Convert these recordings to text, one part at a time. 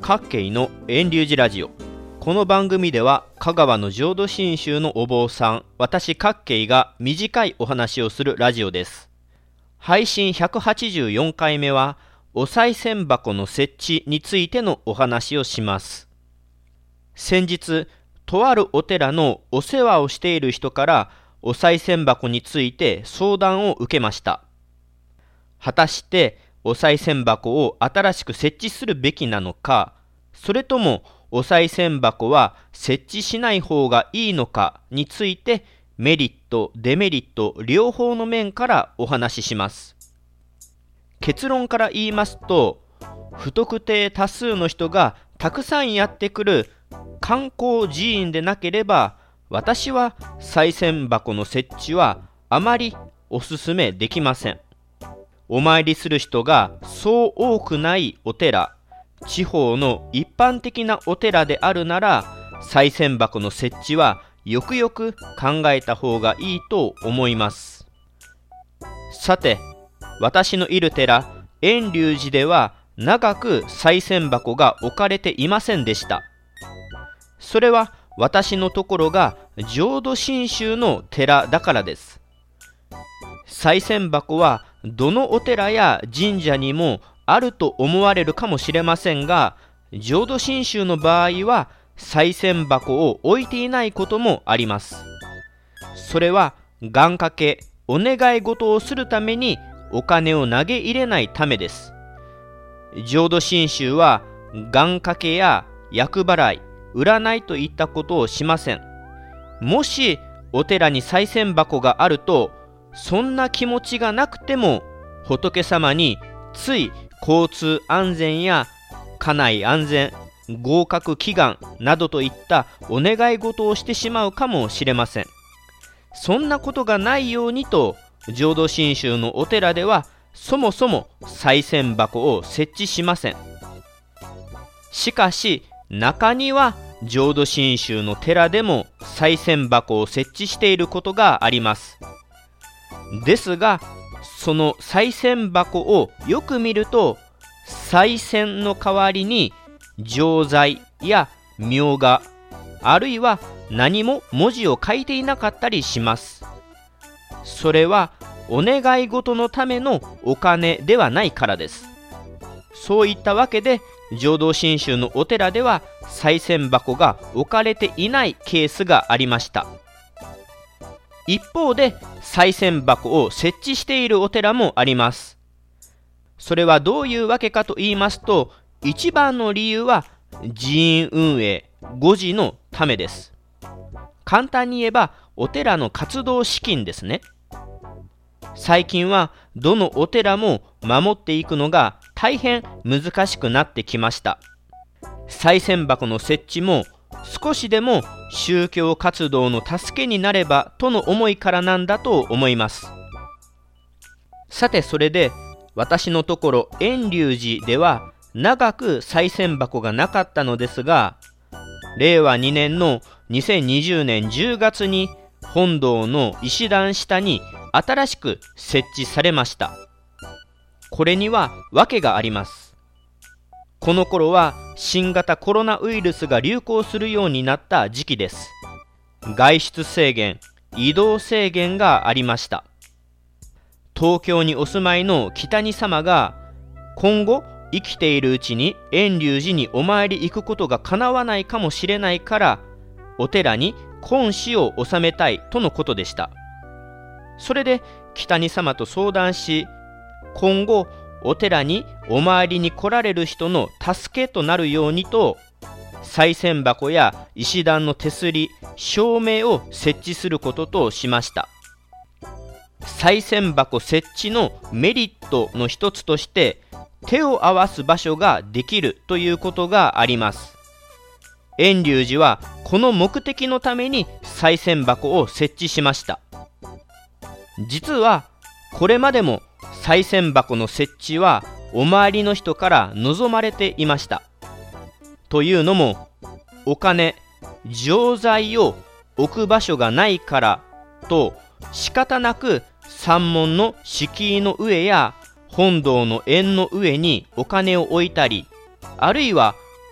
各系の遠流寺ラジオ。この番組では香川の浄土真宗のお坊さん、私各系が短いお話をするラジオです。配信184回目はお賽銭箱の設置についてのお話をします。先日、とあるお寺のお世話をしている人からお賽銭箱について相談を受けました。果たしてお賽銭箱を新しく設置するべきなのか、それともお賽銭箱は設置しない方がいいのかについてメリット、デメリット両方の面からお話しします。結論から言いますと、不特定多数の人がたくさんやってくる観光寺院でなければ、私は賽銭箱の設置はあまりお勧めできません。お参りする人がそう多くないお寺、地方の一般的なお寺であるなら、賽銭箱の設置はよくよく考えた方がいいと思います。さて、私のいる寺、遠隆寺では長く賽銭箱が置かれていませんでした。それは私のところが浄土真宗の寺だからです。賽銭箱はどのお寺や神社にもあると思われるかもしれませんが、浄土真宗の場合は賽銭箱を置いていないこともあります。それは願掛け、お願い事をするためにお金を投げ入れないためです。浄土真宗は願掛けや厄払い、占いといったことをしません。もしお寺に賽銭箱があると、そんな気持ちがなくても仏様につい交通安全や家内安全、合格祈願などといったお願い事をしてしまうかもしれません。そんなことがないようにと、浄土真宗のお寺ではそもそも賽銭箱を設置しません。しかし中には浄土真宗の寺でも賽銭箱を設置していることがあります。ですが、その賽銭箱をよく見ると、賽銭の代わりに錠剤や名画、あるいは何も文字を書いていなかったりします。それはお願い事のためのお金ではないからです。そういったわけで、浄土真宗のお寺では賽銭箱が置かれていないケースがありました。一方で賽銭箱を設置しているお寺もあります。それはどういうわけかと言いますと、一番の理由は寺院運営、護持のためです。簡単に言えばお寺の活動資金ですね。最近はどのお寺も守っていくのが大変難しくなってきました。賽銭箱の設置も少しでも宗教活動の助けになればとの思いからなんだと思います。さて、それで私のところ遠隆寺では長く賽銭箱がなかったのですが、令和2年の2020年10月に本堂の石段下に新しく設置されました。これには訳があります。この頃は新型コロナウイルスが流行するようになった時期です。外出制限、移動制限がありました。東京にお住まいの北に様が今後生きているうちに遠隆寺にお参り行くことが叶わないかもしれないから、お寺に婚紙を納めたいとのことでした。それで北に様と相談し、今後お寺にお参りに来られる人の助けとなるようにと、賽銭箱や石段の手すり、照明を設置することとしました。賽銭箱設置のメリットの一つとして、手を合わす場所ができるということがあります。遠隆寺はこの目的のために賽銭箱を設置しました。実はこれまでも賽銭箱の設置はお参りの人から望まれていました。というのも、お金、錠剤を置く場所がないからと仕方なく山門の敷居の上や本堂の縁の上にお金を置いたり、あるいは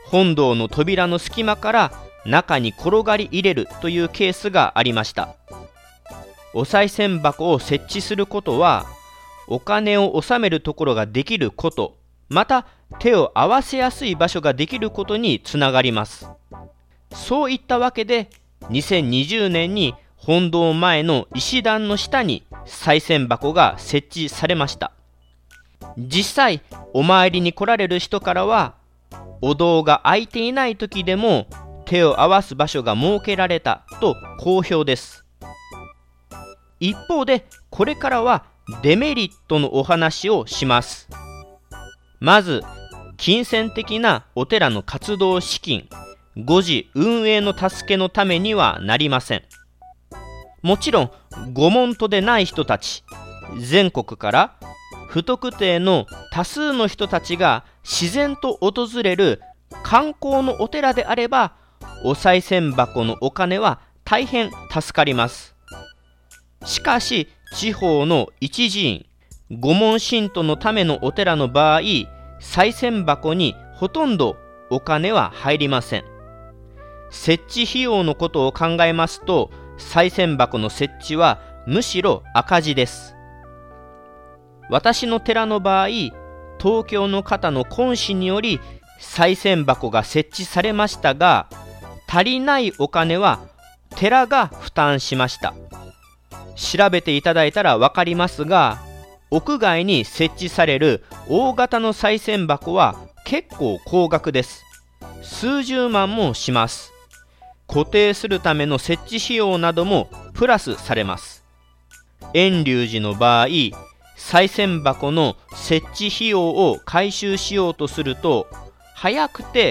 本堂の扉の隙間から中に転がり入れるというケースがありました。お賽銭箱を設置することは、お金を納めるところができること、また手を合わせやすい場所ができることにつながります。そういったわけで、2020年に本堂前の石段の下に賽銭箱が設置されました。実際、お参りに来られる人からは、お堂が空いていない時でも手を合わす場所が設けられたと好評です。一方で、これからはデメリットのお話をします。まず、金銭的なお寺の活動資金、誤事運営の助けのためにはなりません。もちろん、ご門徒でない人たち、全国から不特定の多数の人たちが自然と訪れる観光のお寺であれば、お賽銭箱のお金は大変助かります。しかし、地方の一寺院、御門信徒のためのお寺の場合、賽銭箱にほとんどお金は入りません。設置費用のことを考えますと、賽銭箱の設置はむしろ赤字です。私の寺の場合、東京の方の懇親により賽銭箱が設置されましたが、足りないお金は寺が負担しました。調べていただいたら分かりますが、屋外に設置される大型の賽銭箱は結構高額です。数十万もします。固定するための設置費用などもプラスされます。遠隆寺の場合、賽銭箱の設置費用を回収しようとすると、早くて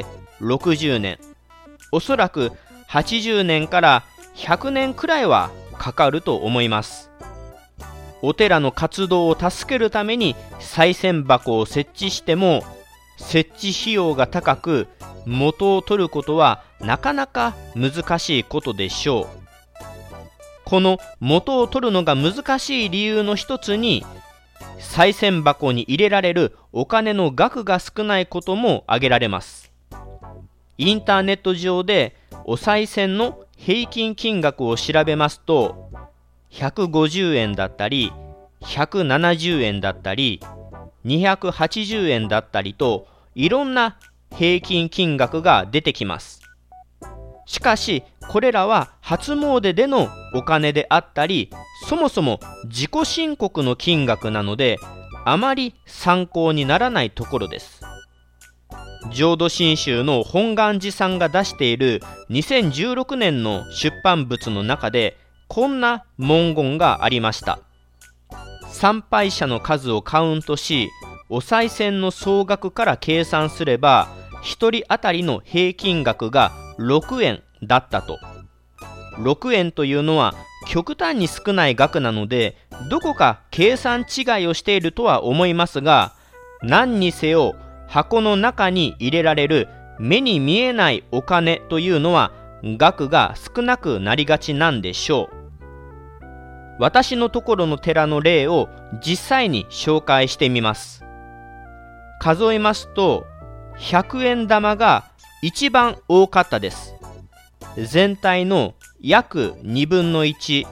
60年、おそらく80年から100年くらいはかかると思います。お寺の活動を助けるために賽銭箱を設置しても、設置費用が高く、元を取ることはなかなか難しいことでしょう。この元を取るのが難しい理由の一つに、賽銭箱に入れられるお金の額が少ないことも挙げられます。インターネット上でお賽銭の平均金額を調べますと、150円だったり、170円だったり、280円だったりと、いろんな平均金額が出てきます。しかし、これらは初詣でのお金であったり、そもそも自己申告の金額なので、あまり参考にならないところです。浄土真宗の本願寺さんが出している2016年の出版物の中で、こんな文言がありました。参拝者の数をカウントし、お賽銭の総額から計算すれば、1人当たりの平均額が6円だったと。6円というのは極端に少ない額なので、どこか計算違いをしているとは思いますが、何にせよ箱の中に入れられる目に見えないお金というのは額が少なくなりがちなんでしょう。私のところの寺の例を実際に紹介してみます。数えますと、100円玉が一番多かったです。全体の約2分の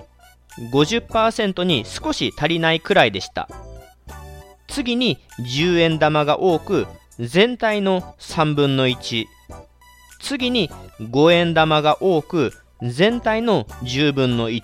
1、50% に少し足りないくらいでした。次に10円玉が多く、全体の3分の1。次に5円玉が多く、全体の10分の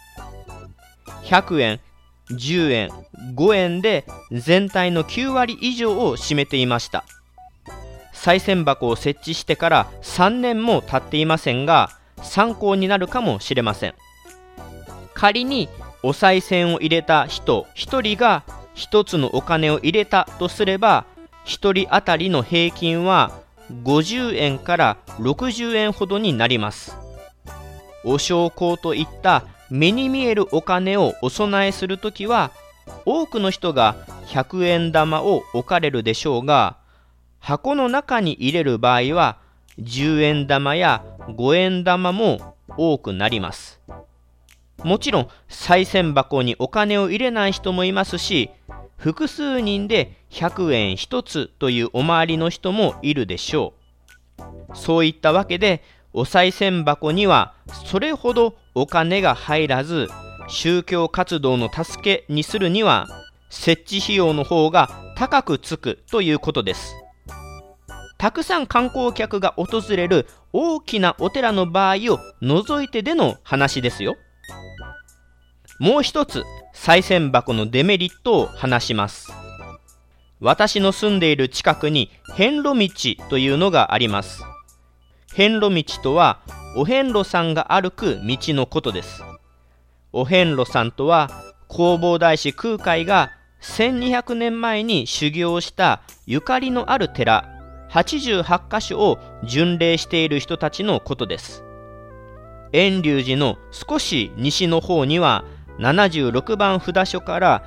1。100円、10円、5円で全体の9割以上を占めていました。賽銭箱を設置してから3年も経っていませんが、参考になるかもしれません。仮にお賽銭を入れた人1人が1つのお金を入れたとすれば、1人当たりの平均は50円から60円ほどになります。お焼香といった目に見えるお金をお供えするときは、多くの人が100円玉を置かれるでしょうが、箱の中に入れる場合は10円玉や5円玉も多くなります。もちろん賽銭箱にお金を入れない人もいますし、複数人で100円1つというお参りの人もいるでしょう。 そういったわけで、お賽銭箱にはそれほどお金が入らず、宗教活動の助けにするには設置費用の方が高くつくということです。たくさん観光客が訪れる大きなお寺の場合を除いてでの話ですよ。もう一つ、賽銭箱のデメリットを話します。私の住んでいる近くに遍路道というのがあります。遍路道とはお遍路さんが歩く道のことです。お遍路さんとは弘法大師空海が1200年前に修行したゆかりのある寺88カ所を巡礼している人たちのことです。遠隆寺の少し西の方には76番札所から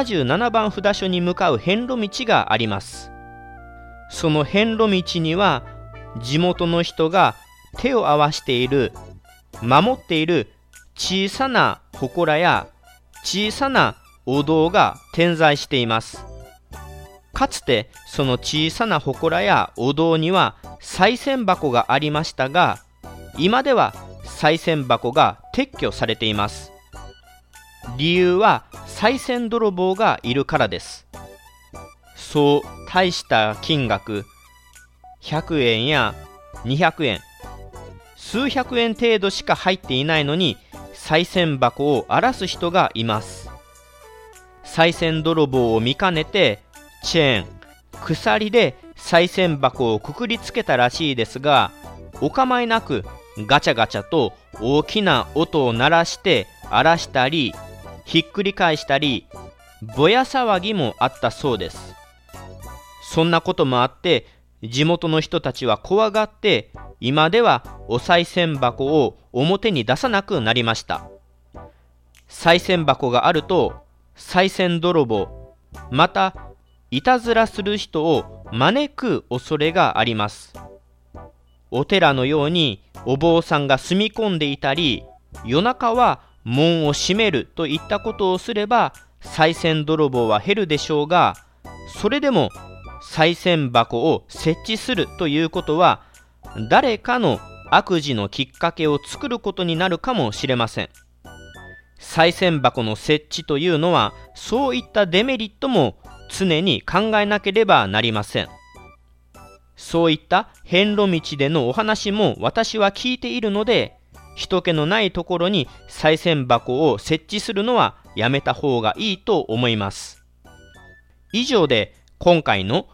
77番札所に向かう遍路道があります。その遍路道には地元の人が手を合わせている、守っている小さな祠や小さなお堂が点在しています。かつてその小さな祠やお堂には賽銭箱がありましたが、今では賽銭箱が撤去されています。理由は賽銭泥棒がいるからです。そう大した金額、100円や200円、数百円程度しか入っていないのに賽銭箱を荒らす人がいます。賽銭泥棒を見かねてチェーン、鎖で賽銭箱をくくりつけたらしいですが、お構いなくガチャガチャと大きな音を鳴らして荒らしたり、ひっくり返したり、ぼや騒ぎもあったそうです。そんなこともあって地元の人たちは怖がって、今ではお賽銭箱を表に出さなくなりました。賽銭箱があると賽銭泥棒、またいたずらする人を招く恐れがあります。お寺のようにお坊さんが住み込んでいたり、夜中は門を閉めるといったことをすれば賽銭泥棒は減るでしょうが、それでも賽銭箱を設置するということは誰かの悪事のきっかけを作ることになるかもしれません。賽銭箱の設置というのはそういったデメリットも常に考えなければなりません。そういった遍路道でのお話も私は聞いているので、人気のないところに賽銭箱を設置するのはやめた方がいいと思います。以上で今回の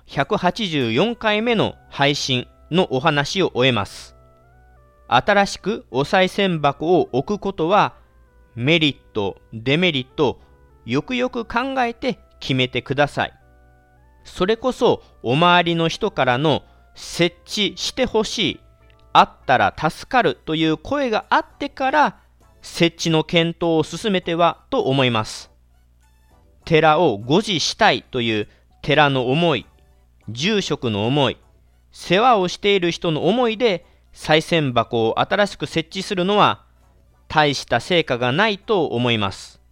184回目の配信のお話を終えます。新しくお賽銭箱を置くことはメリット、デメリット、よくよく考えて決めてください。それこそお周りの人からの設置してほしい、あったら助かるという声があってから設置の検討を進めてはと思います。寺を護持したいという寺の思い、住職の思い、世話をしている人の思いで賽銭箱を新しく設置するのは大した成果がないと思います。